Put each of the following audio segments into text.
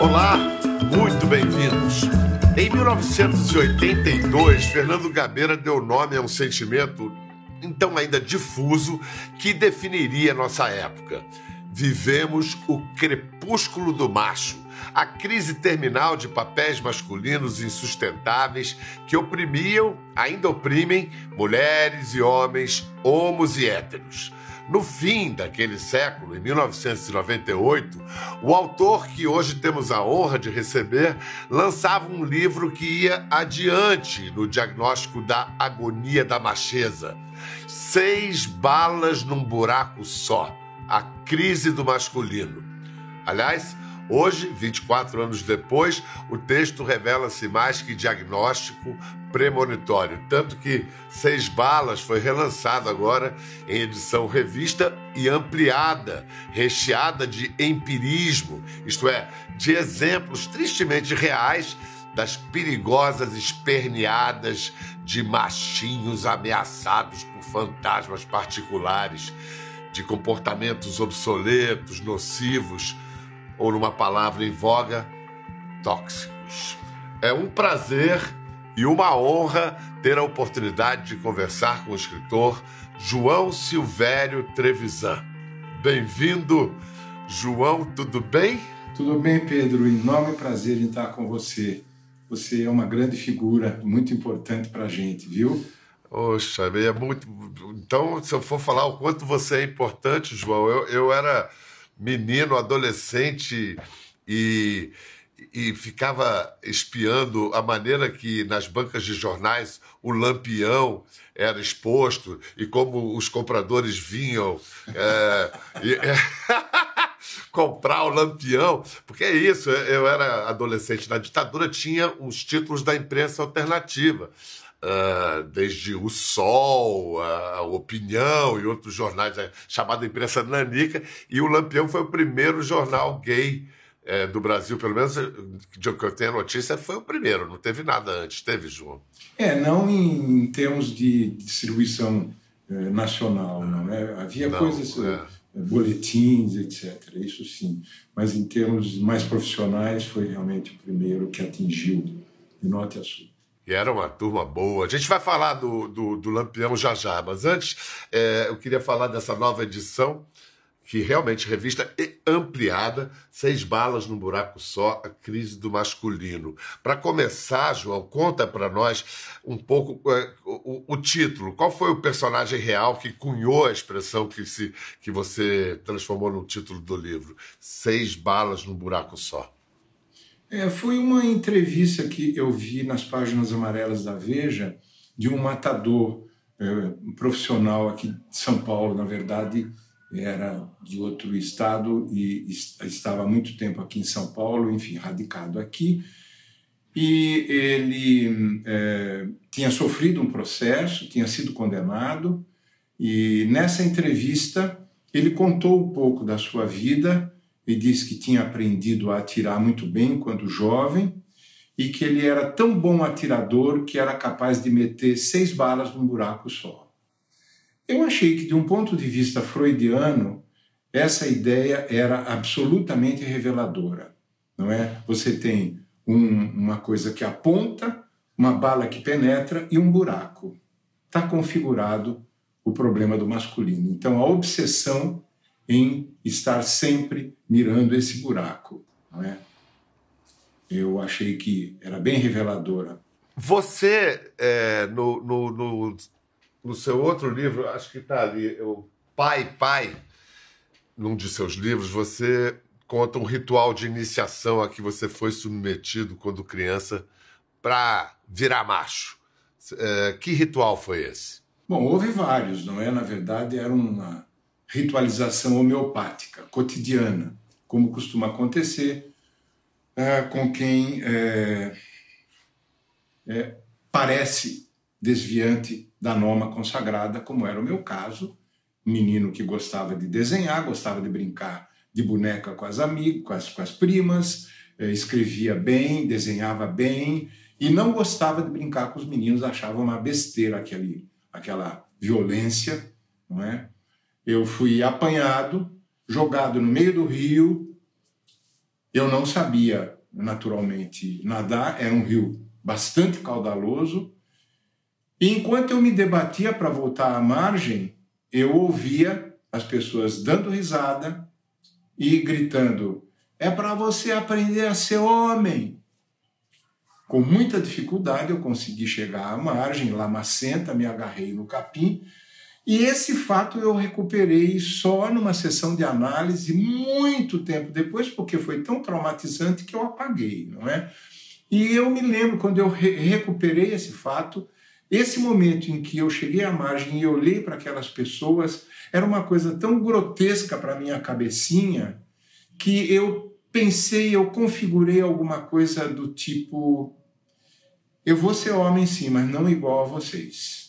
Olá, muito bem-vindos. Em 1982, Fernando Gabeira deu nome a um sentimento, então ainda difuso, que definiria nossa época. Vivemos o crepúsculo do macho, a crise terminal de papéis masculinos insustentáveis que oprimiam, ainda oprimem, mulheres e homens, homos e héteros. No fim daquele século, em 1998, o autor que hoje temos a honra de receber lançava um livro que ia adiante no diagnóstico da agonia da macheza. 6 balas num buraco só. A crise do masculino. Aliás, hoje, 24 anos depois, o texto revela-se mais que diagnóstico premonitório. Tanto que 6 balas foi relançado agora em edição revista e ampliada, recheada de empirismo, isto é, de exemplos tristemente reais das perigosas esperneadas de machinhos ameaçados por fantasmas particulares, de comportamentos obsoletos, nocivos, ou numa palavra em voga, tóxicos. É um prazer e uma honra ter a oportunidade de conversar com o escritor João Silvério Trevisan. Bem-vindo, João, tudo bem? Tudo bem, Pedro, enorme prazer em estar com você. Você é uma grande figura, muito importante para a gente, viu? Poxa, é muito... Então, se eu for falar o quanto você é importante, João, eu era menino, adolescente e ficava espiando a maneira que nas bancas de jornais o Lampião era exposto e como os compradores vinham comprar o Lampião, porque é isso, eu era adolescente, na ditadura tinha os títulos da imprensa alternativa. Desde o Sol, a Opinião e outros jornais, chamada imprensa nanica, e o Lampião foi o primeiro jornal gay do Brasil, pelo menos de que eu tenho a notícia, foi o primeiro, não teve nada antes, teve, João? Não em termos de distribuição nacional, não é? Havia coisas, boletins, etc., isso sim, mas em termos mais profissionais foi realmente o primeiro que atingiu de norte a sul. E era uma turma boa. A gente vai falar do Lampião já, mas antes eu queria falar dessa nova edição, que realmente revista e ampliada, 6 balas num buraco só, a crise do masculino. Para começar, João, conta para nós um pouco o título. Qual foi o personagem real que cunhou a expressão que você transformou no título do livro? 6 balas num buraco só. Foi uma entrevista que eu vi nas páginas amarelas da Veja de um matador profissional aqui de São Paulo, na verdade era de outro estado e estava há muito tempo aqui em São Paulo, enfim, radicado aqui, e ele tinha sofrido um processo, tinha sido condenado, e nessa entrevista ele contou um pouco da sua vida. Ele disse que tinha aprendido a atirar muito bem quando jovem e que ele era tão bom atirador que era capaz de meter 6 balas num buraco só. Eu achei que, de um ponto de vista freudiano, essa ideia era absolutamente reveladora, não é? Você tem uma coisa que aponta, uma bala que penetra e um buraco. Está configurado o problema do masculino. Então, a obsessão em estar sempre mirando esse buraco, não é? Eu achei que era bem reveladora. Você, no seu outro livro, acho que está ali, o Pai, num de seus livros, você conta um ritual de iniciação a que você foi submetido quando criança para virar macho. Que ritual foi esse? Bom, houve vários, não é? Na verdade, era uma ritualização homeopática, cotidiana, como costuma acontecer com quem parece desviante da norma consagrada, como era o meu caso, um menino que gostava de desenhar, gostava de brincar de boneca com as amigas, com as primas, escrevia bem, desenhava bem, e não gostava de brincar com os meninos, achava uma besteira aquela violência, não é? Eu fui apanhado, jogado no meio do rio, Eu não sabia, naturalmente, nadar, era um rio bastante caudaloso. E enquanto eu me debatia para voltar à margem, eu ouvia as pessoas dando risada e gritando: é para você aprender a ser homem. Com muita dificuldade eu consegui chegar à margem, lamacenta, me agarrei no capim, e esse fato eu recuperei só numa sessão de análise muito tempo depois, porque foi tão traumatizante que eu apaguei, não é? E eu me lembro, quando eu recuperei esse fato, esse momento em que eu cheguei à margem e olhei para aquelas pessoas, era uma coisa tão grotesca para a minha cabecinha, que eu pensei, eu configurei alguma coisa do tipo: eu vou ser homem sim, mas não igual a vocês.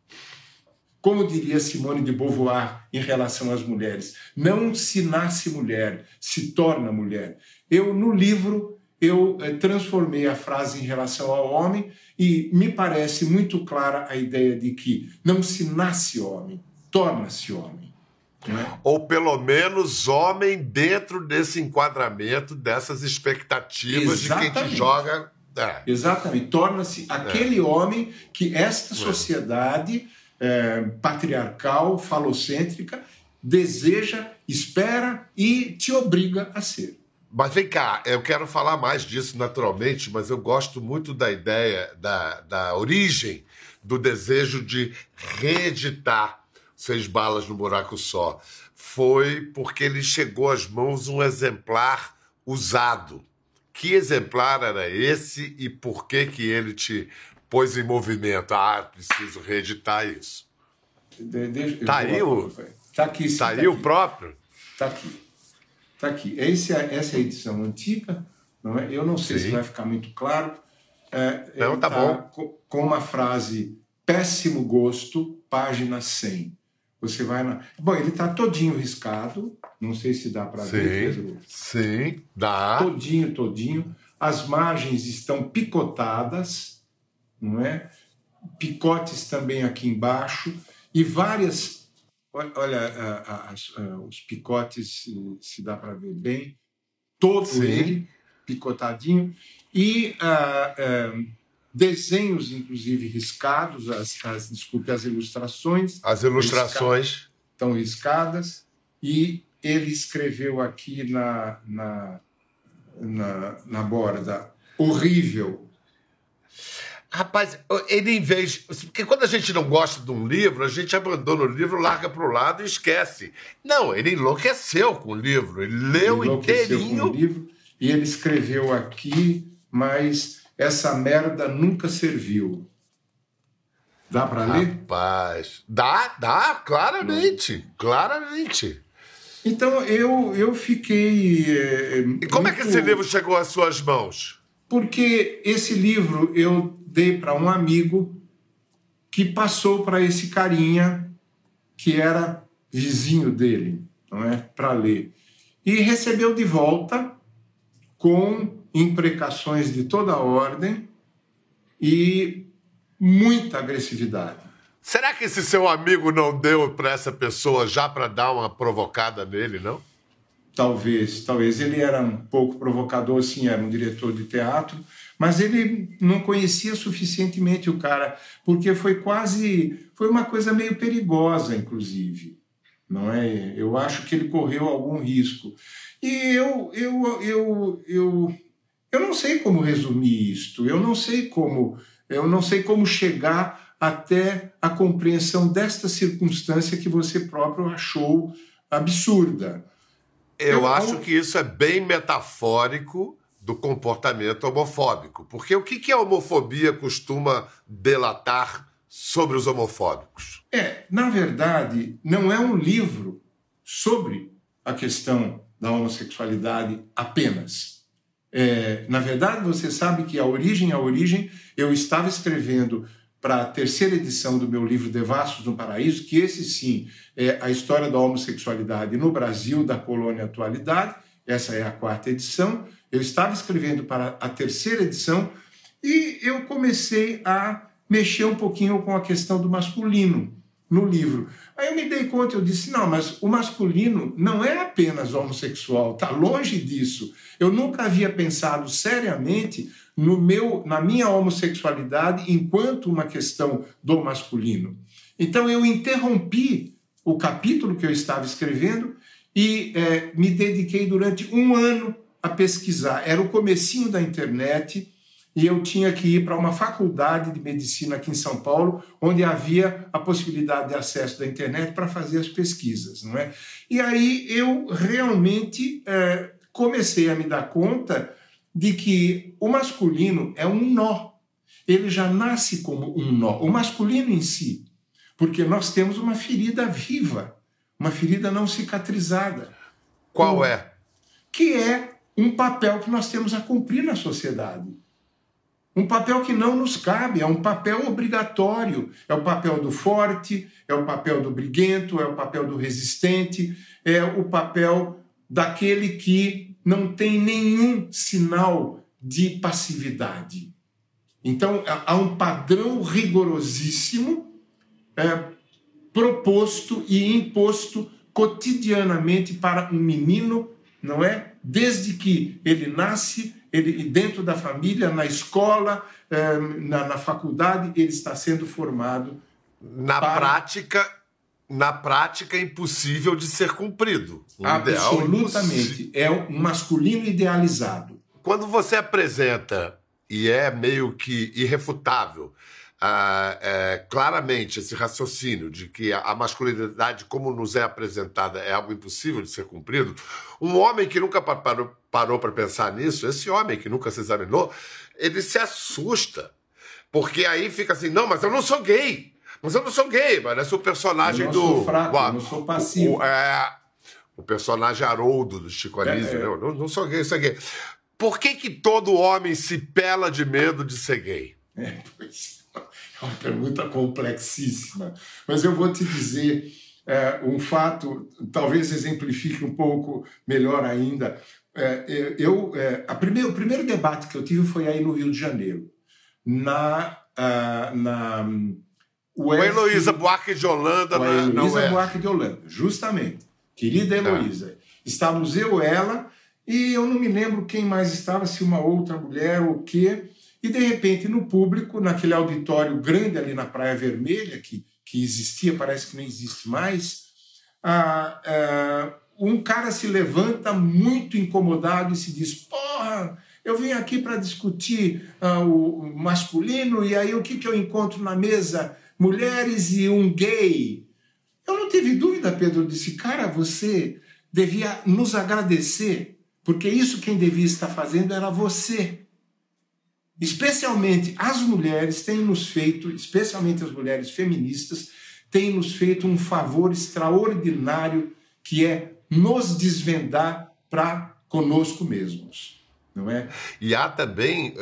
Como diria Simone de Beauvoir em relação às mulheres: não se nasce mulher, se torna mulher. No livro, eu transformei a frase em relação ao homem e me parece muito clara a ideia de que não se nasce homem, torna-se homem. Né? Ou pelo menos homem dentro desse enquadramento, dessas expectativas. Exatamente. De quem te joga. Exatamente, torna-se aquele homem que esta sociedade patriarcal, falocêntrica, deseja, espera e te obriga a ser. Mas vem cá, eu quero falar mais disso naturalmente, mas eu gosto muito da ideia, da origem do desejo de reeditar 6 Balas no Buraco Só. Foi porque ele chegou às mãos um exemplar usado. Que exemplar era esse e por que ele te pôs em movimento? Preciso reeditar isso. Tá aí o... Tá aqui, sim, tá aí o próprio? Tá aqui. Tá aqui. Essa é a edição antiga, não é? Eu não sei se vai ficar muito claro. Não, tá bom. Com uma frase: péssimo gosto, página 100. Você vai na... Bom, ele está todinho riscado, não sei se dá para ver, Pedro. Sim, dá. Todinho. As margens estão picotadas, não é? Picotes também aqui embaixo, e várias... Olha, os picotes, se dá para ver bem, todo ele picotadinho, e... desenhos, inclusive, riscados, as ilustrações. As ilustrações estão riscadas, e ele escreveu aqui na borda: horrível. Rapaz, ele em vez... Porque quando a gente não gosta de um livro, a gente abandona o livro, larga para o lado e esquece. Não, ele enlouqueceu com o livro, ele leu inteirinho. Com o livro, e ele escreveu aqui, mas... essa merda nunca serviu. Dá para ler? Rapaz, dá, claramente. Então, eu fiquei... E como é que esse livro chegou às suas mãos? Porque esse livro eu dei para um amigo que passou para esse carinha que era vizinho dele, não é? Para ler. E recebeu de volta com imprecações de toda ordem e muita agressividade. Será que esse seu amigo não deu para essa pessoa já para dar uma provocada nele, não? Talvez. Ele era um pouco provocador, sim, era um diretor de teatro, mas ele não conhecia suficientemente o cara, porque foi uma coisa meio perigosa, inclusive, não é? Eu acho que ele correu algum risco. E eu não sei como resumir isto, eu não sei como chegar até a compreensão desta circunstância que você próprio achou absurda. Eu acho que isso é bem metafórico do comportamento homofóbico, porque o que a homofobia costuma delatar sobre os homofóbicos? Na verdade, não é um livro sobre a questão da homossexualidade apenas. Na verdade, você sabe que a origem, eu estava escrevendo para a 3ª edição do meu livro Devassos no Paraíso, que esse sim é a história da homossexualidade no Brasil, da colônia atualidade. Essa é a 4ª edição. Eu estava escrevendo para a 3ª edição e eu comecei a mexer um pouquinho com a questão do masculino. no livro. Aí eu me dei conta, eu disse, não, mas o masculino não é apenas homossexual, está longe disso. Eu nunca havia pensado seriamente na minha homossexualidade enquanto uma questão do masculino. Então eu interrompi o capítulo que eu estava escrevendo e me dediquei durante 1 ano a pesquisar. Era o comecinho da internet e eu tinha que ir para uma faculdade de medicina aqui em São Paulo, onde havia a possibilidade de acesso da internet para fazer as pesquisas, não é? E aí eu realmente comecei a me dar conta de que o masculino é um nó. Ele já nasce como um nó. O masculino em si, porque nós temos uma ferida viva, uma ferida não cicatrizada. Qual é? Que é um papel que nós temos a cumprir na sociedade. Um papel que não nos cabe, é um papel obrigatório. É o papel do forte, é o papel do briguento, é o papel do resistente, é o papel daquele que não tem nenhum sinal de passividade. Então, há um padrão rigorosíssimo proposto e imposto cotidianamente para um menino, não é? Desde que ele nasce, ele dentro da família, na escola, na faculdade, ele está sendo formado. Na prática é impossível de ser cumprido. Absolutamente. É um masculino idealizado. Quando você apresenta, e é meio que irrefutável, claramente esse raciocínio de que a masculinidade, como nos é apresentada, é algo impossível de ser cumprido, um homem que nunca parou para pensar nisso, esse homem que nunca se examinou, ele se assusta. Porque aí fica assim, não, mas eu não sou gay. Mas eu não sou gay, parece o personagem do... Eu não sou fraco, eu não sou passivo. O personagem Haroldo do Chico Anísio. Eu não sou gay, eu sou gay. Por que todo homem se pela de medo de ser gay? Pois é uma pergunta complexíssima. Mas eu vou te dizer um fato, talvez exemplifique um pouco melhor ainda. O primeiro debate que eu tive foi aí no Rio de Janeiro, com a Heloísa Buarque de Holanda. Com a Heloísa Buarque de Holanda, justamente. Querida Heloísa. Estávamos eu, ela, e eu não me lembro quem mais estava, se uma outra mulher ou o quê. E, de repente, no público, naquele auditório grande ali na Praia Vermelha, que existia, parece que não existe mais, um cara se levanta muito incomodado e se diz, porra, eu vim aqui para discutir o masculino e aí o que eu encontro na mesa? Mulheres e um gay. Eu não tive dúvida, Pedro, eu disse, cara, você devia nos agradecer, porque isso quem devia estar fazendo era você. Especialmente as mulheres têm nos feito, especialmente as mulheres feministas, têm nos feito um favor extraordinário, que é nos desvendar para conosco mesmos, não é? E há também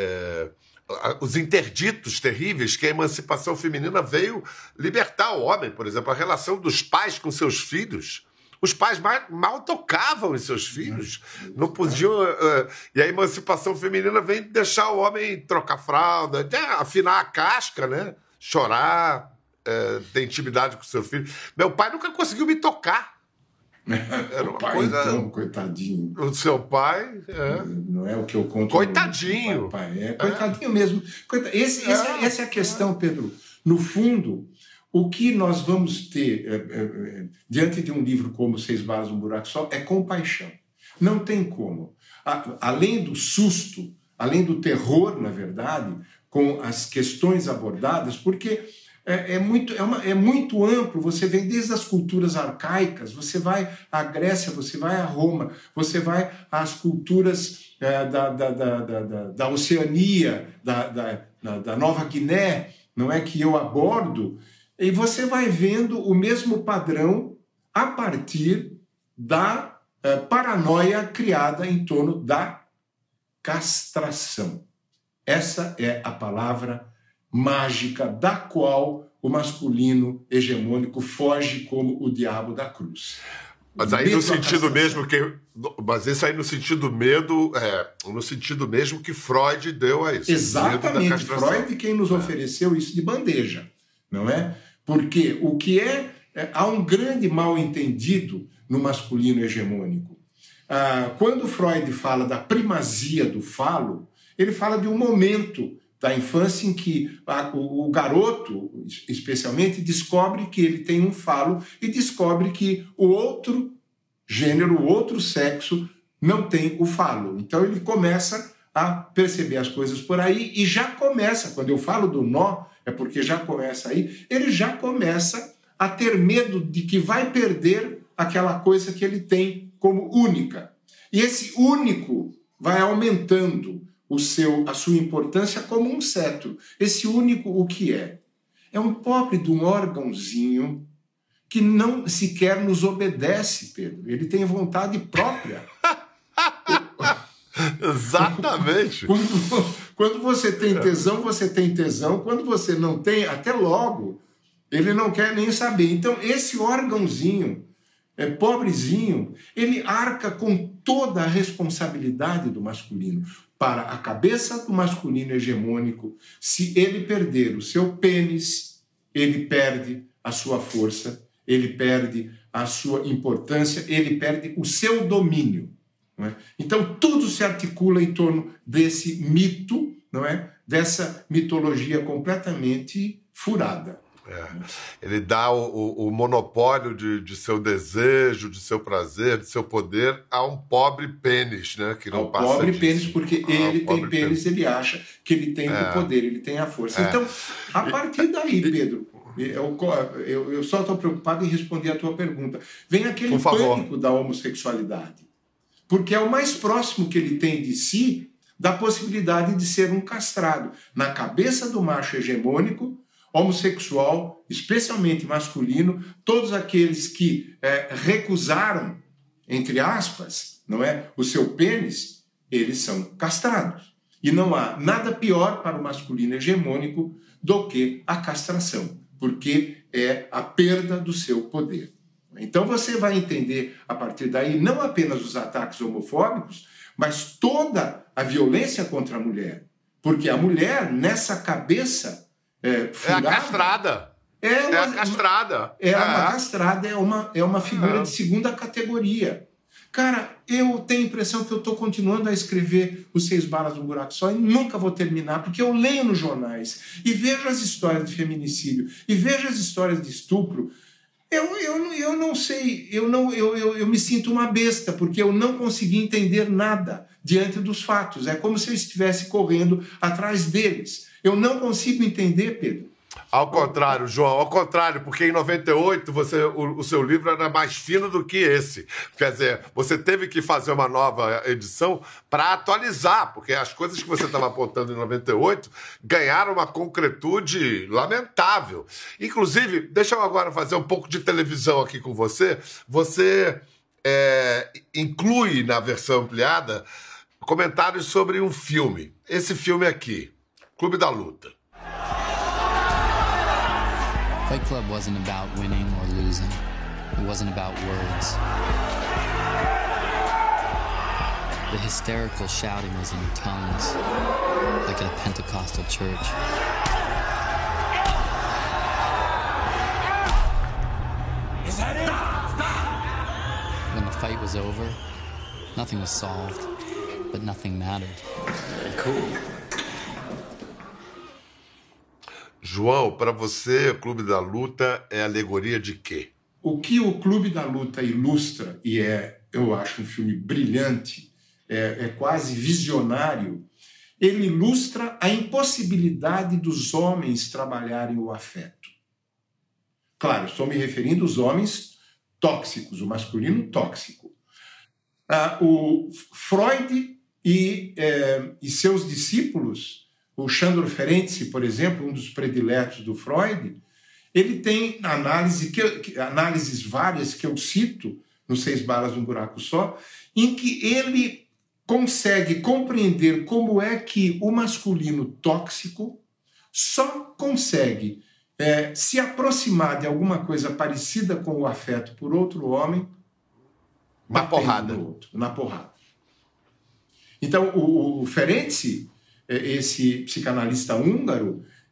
os interditos terríveis que a emancipação feminina veio libertar o homem, por exemplo, a relação dos pais com seus filhos. Os pais mal tocavam em seus filhos, não podiam... e a emancipação feminina vem deixar o homem trocar fralda, afinar a casca, né? Chorar, ter intimidade com seu filho. Meu pai nunca conseguiu me tocar. Era uma coisa... Então, coitadinho. O seu pai... Não é o que eu conto. Coitadinho. Pai. Coitadinho mesmo. Essa é a questão, Pedro. No fundo... O que nós vamos ter diante de um livro como 6 Balas num Buraco Só é compaixão. Não tem como. Além do susto, além do terror, na verdade, com as questões abordadas, porque é muito amplo, você vem desde as culturas arcaicas, você vai à Grécia, você vai a Roma, você vai às culturas da Oceania, da Nova Guiné, não é, que eu abordo. E você vai vendo o mesmo padrão a partir da paranoia criada em torno da castração. Essa é a palavra mágica da qual o masculino hegemônico foge como o diabo da cruz. Mas aí no sentido mesmo que... Mas isso aí no sentido no sentido mesmo que Freud deu a isso. Exatamente. Freud quem nos ofereceu isso de bandeja. Não é? Porque o que há um grande mal-entendido no masculino hegemônico. Quando Freud fala da primazia do falo, ele fala de um momento da infância em que o garoto, especialmente, descobre que ele tem um falo e descobre que o outro gênero, o outro sexo, não tem o falo. Então ele começa a perceber as coisas por aí e já começa, quando eu falo do nó, é porque já começa aí, ele já começa a ter medo de que vai perder aquela coisa que ele tem como única. E esse único vai aumentando a sua importância como um cetro. Esse único, o que é? É um pobre de um órgãozinho que não sequer nos obedece, Pedro. Ele tem vontade própria. Exatamente. Quando você tem tesão, você tem tesão. Quando você não tem, até logo, ele não quer nem saber. Então, esse órgãozinho, pobrezinho, ele arca com toda a responsabilidade do masculino. Para a cabeça do masculino hegemônico, se ele perder o seu pênis, ele perde a sua força, ele perde a sua importância, ele perde o seu domínio. Não é? Então, tudo se articula em torno desse mito, não é? Dessa mitologia completamente furada. Ele dá o monopólio de seu desejo, de seu prazer, de seu poder a um pobre pênis, né? Que não passa pobre disso. Porque ele tem pênis, ele acha que ele tem o poder, ele tem a força. Então, a partir daí, Pedro, eu só estou preocupado em responder a tua pergunta. Vem aquele pânico da homossexualidade, porque é o mais próximo que ele tem de si da possibilidade de ser um castrado. Na cabeça do macho hegemônico, homossexual, especialmente masculino, todos aqueles que recusaram, entre aspas, não é, o seu pênis, eles são castrados. E não há nada pior para o masculino hegemônico do que a castração, porque é a perda do seu poder. Então você vai entender, a partir daí, não apenas os ataques homofóbicos, mas toda a violência contra a mulher. Porque a mulher, nessa cabeça furada, é a castrada. É a castrada. Uma castrada, é uma figura de segunda categoria. Cara, eu tenho a impressão que eu estou continuando a escrever Os 6 Balas num Buraco Só e nunca vou terminar, porque eu leio nos jornais e vejo as histórias de feminicídio e vejo as histórias de estupro. Eu não sei, eu me sinto uma besta, porque eu não consegui entender nada diante dos fatos. É como se eu estivesse correndo atrás deles. Eu não consigo entender, Pedro. Ao contrário, João, ao contrário, porque em 98 o seu livro era mais fino do que esse. Quer dizer, você teve que fazer uma nova edição para atualizar, porque as coisas que você estava apontando em 98 ganharam uma concretude lamentável. Inclusive, deixa eu agora fazer um pouco de televisão aqui com você. Você inclui na versão ampliada comentários sobre um filme. Esse filme aqui, Clube da Luta. Fight Club wasn't about winning or losing. It wasn't about words. The hysterical shouting was in tongues, like at a Pentecostal church. Is that it? Stop! When the fight was over, nothing was solved, but nothing mattered. Cool. João, para você, o Clube da Luta é alegoria de quê? O que o Clube da Luta ilustra, e eu acho um filme brilhante, é quase visionário, ele ilustra a impossibilidade dos homens trabalharem o afeto. Claro, estou me referindo aos homens tóxicos, o masculino tóxico. O Freud e seus discípulos, o Sándor Ferenczi, por exemplo, um dos prediletos do Freud, ele tem análises várias que eu cito nos 6 Balas num Buraco Só, em que ele consegue compreender como é que o masculino tóxico só consegue se aproximar de alguma coisa parecida com o afeto por outro homem na porrada. Na porrada. Então, o Ferenczi, esse psicanalista húngaro,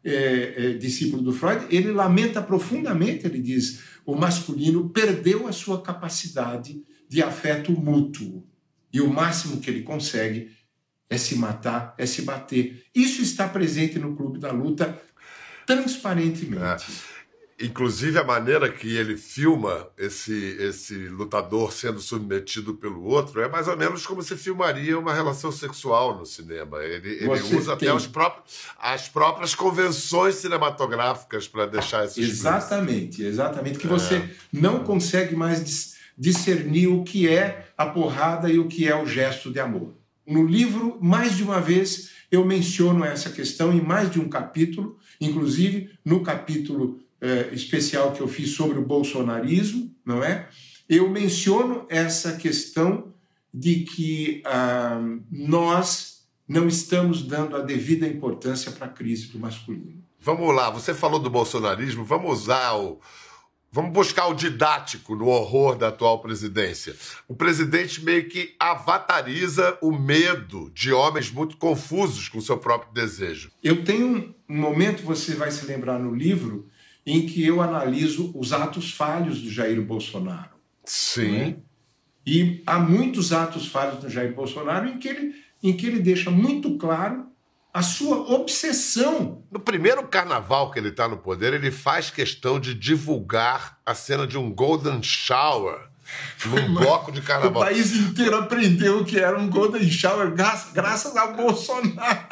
discípulo do Freud, ele lamenta profundamente, ele diz, o masculino perdeu a sua capacidade de afeto mútuo. E o máximo que ele consegue é se matar, é se bater. Isso está presente no Clube da Luta transparentemente. Inclusive, a maneira que ele filma esse lutador sendo submetido pelo outro é mais ou menos como se filmaria uma relação sexual no cinema. Ele usa até as próprias convenções cinematográficas para deixar isso exatamente, que você não consegue mais discernir o que é a porrada e o que é o gesto de amor. No livro, mais de uma vez, eu menciono essa questão em mais de um capítulo, inclusive no capítulo especial que eu fiz sobre o bolsonarismo, não é? Eu menciono essa questão de que nós não estamos dando a devida importância para a crise do masculino. Vamos lá, você falou do bolsonarismo, vamos buscar o didático no horror da atual presidência. O presidente meio que avatariza o medo de homens muito confusos com o seu próprio desejo. Eu tenho um momento, você vai se lembrar no livro, em que eu analiso os atos falhos do Jair Bolsonaro. Sim. Né? E há muitos atos falhos do Jair Bolsonaro em que ele deixa muito claro a sua obsessão. No primeiro carnaval que ele está no poder, ele faz questão de divulgar a cena de um Golden Shower num bloco de carnaval. O país inteiro aprendeu o que era um Golden Shower graças ao Bolsonaro.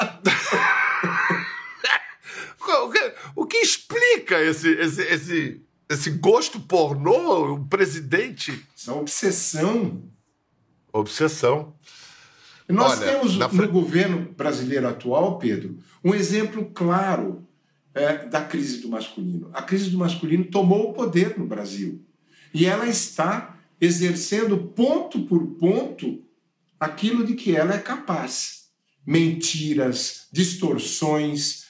O que explica esse gosto pornô, o presidente? Essa obsessão. Obsessão. Nós temos no governo brasileiro atual, Pedro, um exemplo claro da crise do masculino. A crise do masculino tomou o poder no Brasil. E ela está exercendo ponto por ponto aquilo de que ela é capaz. Mentiras, distorções,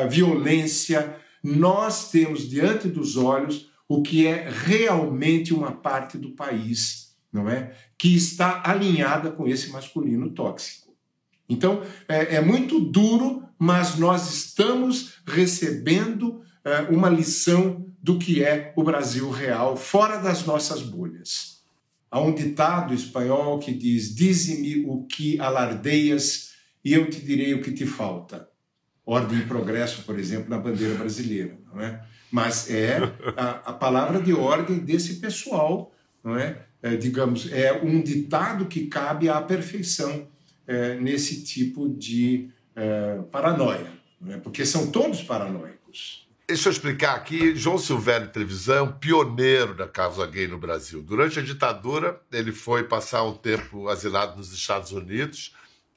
violência. Nós temos diante dos olhos o que é realmente uma parte do país, não é? Que está alinhada com esse masculino tóxico. Então, é muito duro, mas nós estamos recebendo uma lição do que é o Brasil real, fora das nossas bolhas. Há um ditado espanhol que diz: dize-me o que alardeias e eu te direi o que te falta. Ordem e progresso, por exemplo, na bandeira brasileira, não é? Mas é a palavra de ordem desse pessoal, não é? Digamos, é um ditado que cabe à perfeição nesse tipo de paranoia, não é? Porque são todos paranoicos. Deixa eu explicar aqui, João Silvério Trevisan é um pioneiro da causa gay no Brasil. Durante a ditadura, ele foi passar um tempo asilado nos Estados Unidos.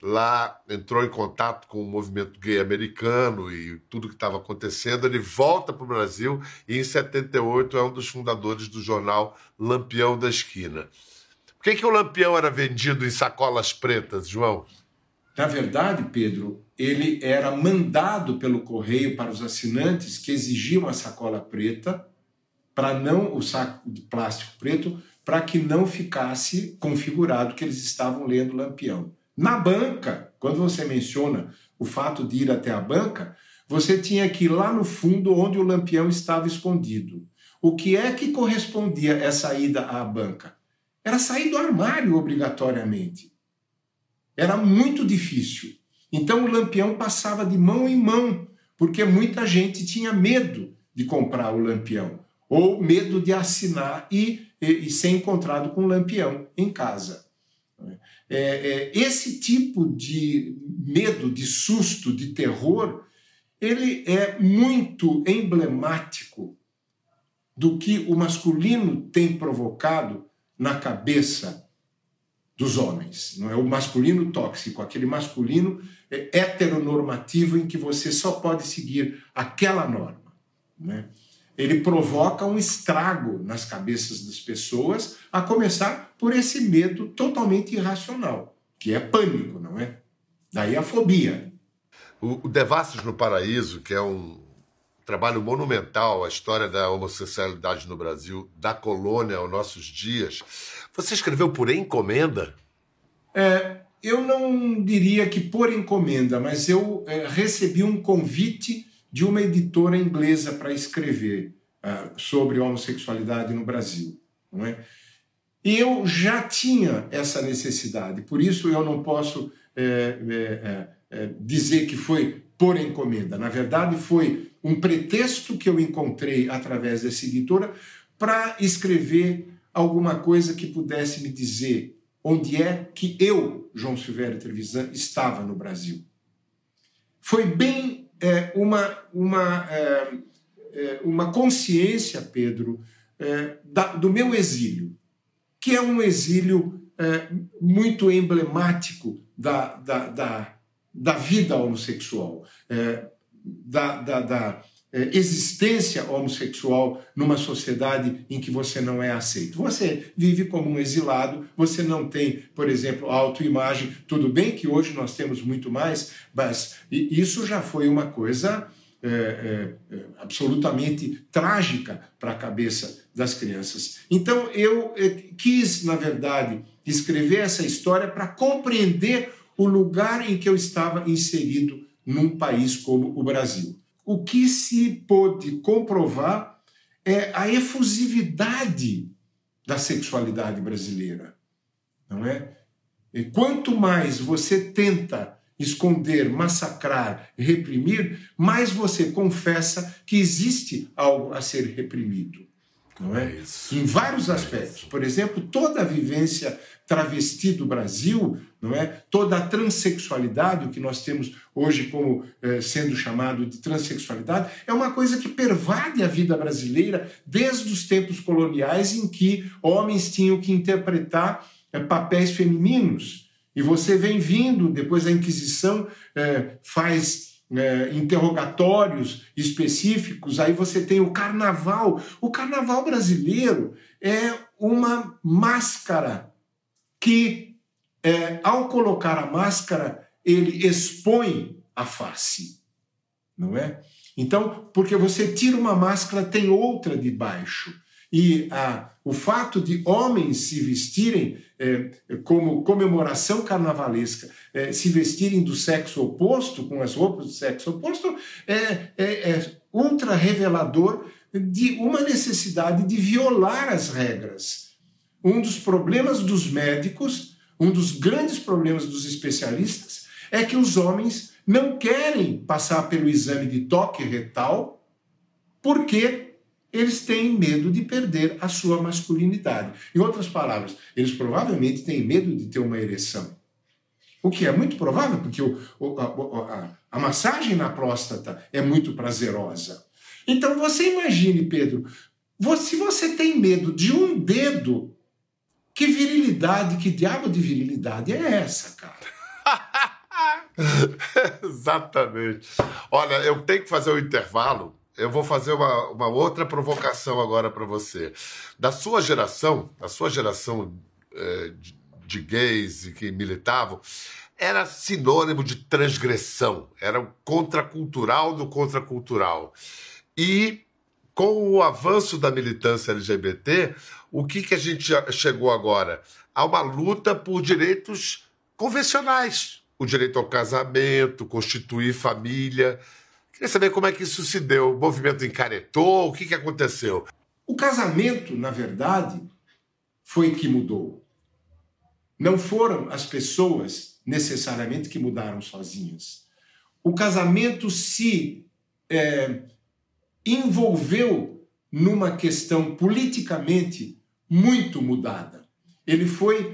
Lá entrou em contato com o movimento gay americano e tudo que estava acontecendo. Ele volta para o Brasil e, em 78, é um dos fundadores do jornal Lampião da Esquina. Por que o Lampião era vendido em sacolas pretas, João? Na verdade, Pedro, ele era mandado pelo correio para os assinantes que exigiam a sacola preta, para não o saco de plástico preto, para que não ficasse configurado que eles estavam lendo Lampião. Na banca, quando você menciona o fato de ir até a banca, você tinha que ir lá no fundo onde o Lampião estava escondido. O que é que correspondia essa ida à banca? Era sair do armário obrigatoriamente. Era muito difícil. Então o Lampião passava de mão em mão, porque muita gente tinha medo de comprar o Lampião, ou medo de assinar e ser encontrado com o Lampião em casa. Esse tipo de medo, de susto, de terror, ele é muito emblemático do que o masculino tem provocado na cabeça dos homens. Não é o masculino tóxico, aquele masculino heteronormativo em que você só pode seguir aquela norma, né? Ele provoca um estrago nas cabeças das pessoas, a começar por esse medo totalmente irracional, que é pânico, não é? Daí a fobia. O Devassos no Paraíso, que é um trabalho monumental, a história da homossexualidade no Brasil, da colônia aos nossos dias, você escreveu por encomenda? Eu não diria que por encomenda, mas eu recebi um convite de uma editora inglesa para escrever sobre homossexualidade no Brasil, não é? E eu já tinha essa necessidade, por isso eu não posso dizer que foi por encomenda. Na verdade, foi um pretexto que eu encontrei através dessa editora para escrever alguma coisa que pudesse me dizer onde é que eu, João Silvério Trevisan, estava no Brasil. Foi bem uma consciência, Pedro, do meu exílio, que é um exílio muito emblemático da vida homossexual, da existência homossexual numa sociedade em que você não é aceito. Você vive como um exilado, você não tem, por exemplo, autoimagem. Tudo bem que hoje nós temos muito mais, mas isso já foi uma coisa absolutamente trágica para a cabeça das crianças. Então eu quis, na verdade, escrever essa história para compreender o lugar em que eu estava inserido num país como o Brasil. O que se pôde comprovar é a efusividade da sexualidade brasileira, não é? E quanto mais você tenta esconder, massacrar, reprimir, mais você confessa que existe algo a ser reprimido, não é? Em vários aspectos. Por exemplo, toda a vivência travesti do Brasil, não é? Toda a transexualidade, o que nós temos hoje como sendo chamado de transexualidade, é uma coisa que pervade a vida brasileira desde os tempos coloniais, em que homens tinham que interpretar papéis femininos. E você vem vindo, depois a Inquisição faz interrogatórios específicos, aí você tem o carnaval. O carnaval brasileiro é uma máscara que, ao colocar a máscara, ele expõe a face, não é? Então, porque você tira uma máscara, tem outra debaixo. E o fato de homens se vestirem como comemoração carnavalesca, se vestirem do sexo oposto, com as roupas do sexo oposto, é ultra revelador de uma necessidade de violar as regras. Um dos problemas dos médicos, um dos grandes problemas dos especialistas, é que os homens não querem passar pelo exame de toque retal porque eles têm medo de perder a sua masculinidade. Em outras palavras, eles provavelmente têm medo de ter uma ereção. O que é muito provável, porque a massagem na próstata é muito prazerosa. Então você imagine, Pedro, se você tem medo de um dedo, que virilidade, que diabo de virilidade é essa, cara? Exatamente. Olha, eu tenho que fazer um intervalo. Eu vou fazer uma outra provocação agora para você. Da sua geração de gays e que militavam, era sinônimo de transgressão, era contracultural do contracultural. E com o avanço da militância LGBT, o que a gente chegou agora? Há uma luta por direitos convencionais, o direito ao casamento, constituir família. Queria saber como é que isso se deu. O movimento encaretou? O que aconteceu? O casamento, na verdade, foi que mudou. Não foram as pessoas necessariamente que mudaram sozinhas. O casamento se envolveu numa questão politicamente muito mudada. Ele foi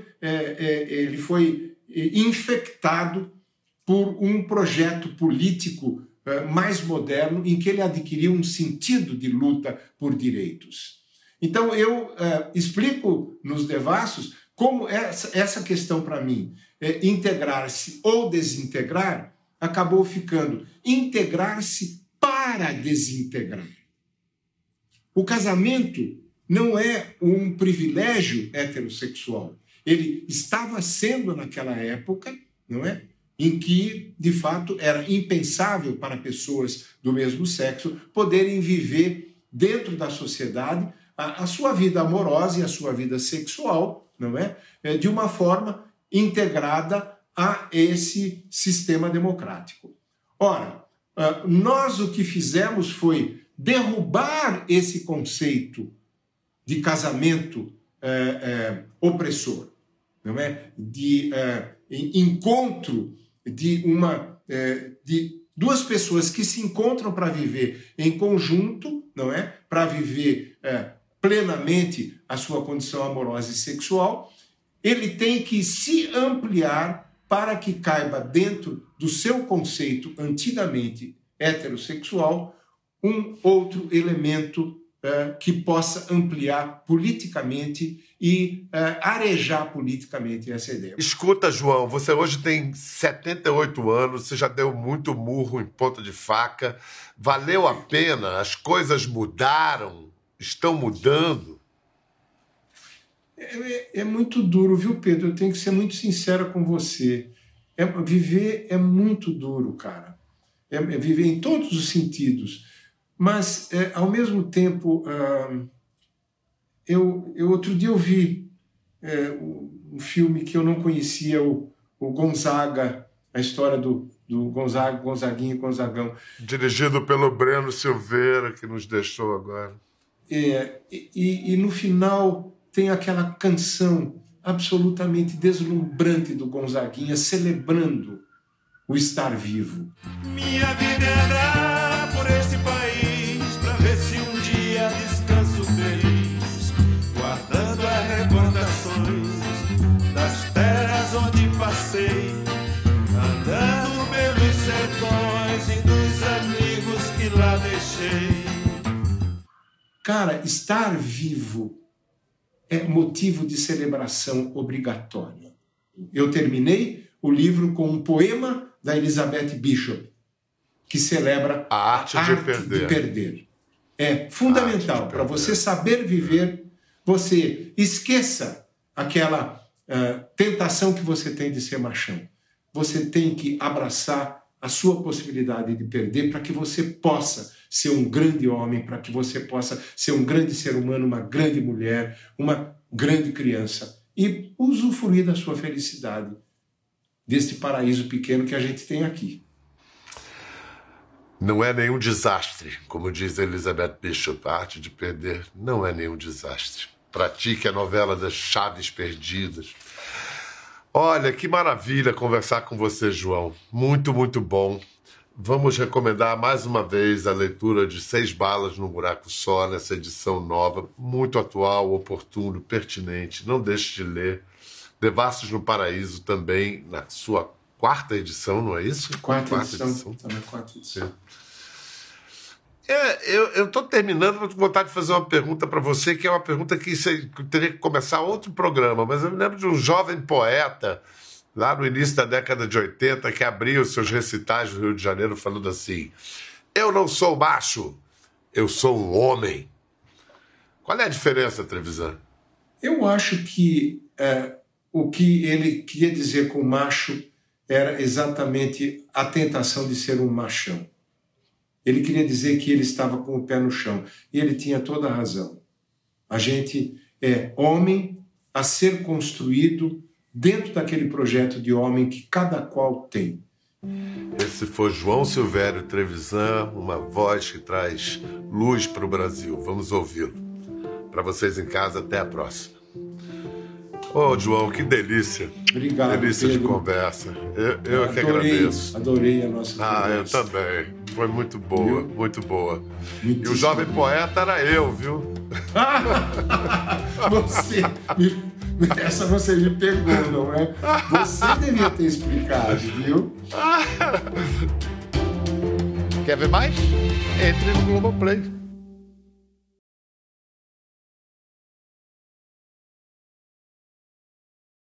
infectado por um projeto político mais moderno, em que ele adquiriu um sentido de luta por direitos. Então, eu explico nos devassos como essa questão, para mim, integrar-se ou desintegrar, acabou ficando integrar-se para desintegrar. O casamento não é um privilégio heterossexual. Ele estava sendo, naquela época, não é? Em que, de fato, era impensável para pessoas do mesmo sexo poderem viver dentro da sociedade a sua vida amorosa e a sua vida sexual, não é? De uma forma integrada a esse sistema democrático. Ora, nós o que fizemos foi derrubar esse conceito de casamento opressor, não é? De encontro de duas pessoas que se encontram para viver em conjunto, não é? Para viver plenamente a sua condição amorosa e sexual. Ele tem que se ampliar para que caiba dentro do seu conceito antigamente heterossexual um outro elemento que possa ampliar politicamente e arejar politicamente essa ideia. Escuta, João, você hoje tem 78 anos, você já deu muito murro em ponta de faca. Valeu a pena? As coisas mudaram? Estão mudando? É muito duro, viu, Pedro? Eu tenho que ser muito sincero com você. Viver é muito duro, cara. Viver em todos os sentidos. Mas, ao mesmo tempo, outro dia eu vi um filme que eu não conhecia, o Gonzaga, a história do Gonzaga, Gonzaguinha e Gonzagão. Dirigido pelo Breno Silveira, que nos deixou agora. E no final tem aquela canção absolutamente deslumbrante do Gonzaguinha celebrando o estar vivo. Minha vida é andar por esse país pra ver se um dia descanso feliz, guardando as recordações das terras onde passei, andando pelos sertões e dos amigos que lá deixei. Cara, estar vivo é motivo de celebração obrigatória. Eu terminei o livro com um poema da Elizabeth Bishop, que celebra a arte de perder. É fundamental para você saber viver. Você esqueça aquela tentação que você tem de ser machão. Você tem que abraçar a sua possibilidade de perder para que você possa ser um grande homem, para que você possa ser um grande ser humano, uma grande mulher, uma grande criança e usufruir da sua felicidade, deste paraíso pequeno que a gente tem aqui. Não é nenhum desastre, como diz Elizabeth Bishop, a arte de perder não é nenhum desastre. Pratique a novela das chaves perdidas. Olha, que maravilha conversar com você, João. Muito, muito bom. Vamos recomendar mais uma vez a leitura de 6 Balas num Buraco Só, nessa edição nova, muito atual, oportuno, pertinente. Não deixe de ler. Devassos no Paraíso também, na sua 4ª edição, não é isso? Quarta edição. Tá na 4ª edição. Eu estou terminando, vou vontade de fazer uma pergunta para você, que é uma pergunta que teria que começar outro programa, mas eu me lembro de um jovem poeta, lá no início da década de 80, que abria os seus recitais no Rio de Janeiro falando assim: eu não sou macho, eu sou um homem. Qual é a diferença, Trevisan? Eu acho que o que ele queria dizer com macho era exatamente a tentação de ser um machão. Ele queria dizer que ele estava com o pé no chão. E ele tinha toda a razão. A gente é homem a ser construído dentro daquele projeto de homem que cada qual tem. Esse foi João Silvério Trevisan, uma voz que traz luz para o Brasil. Vamos ouvi-lo. Para vocês em casa, até a próxima. Ô, João, que delícia. Obrigado, delícia Pedro. de conversa. Eu que agradeço. Adorei a nossa conversa. Eu também. Foi muito boa, muito boa. Muito e o jovem poeta era eu, viu? Essa você me pegou, não é? Você devia ter explicado, viu? Quer ver mais? Entre no Globoplay.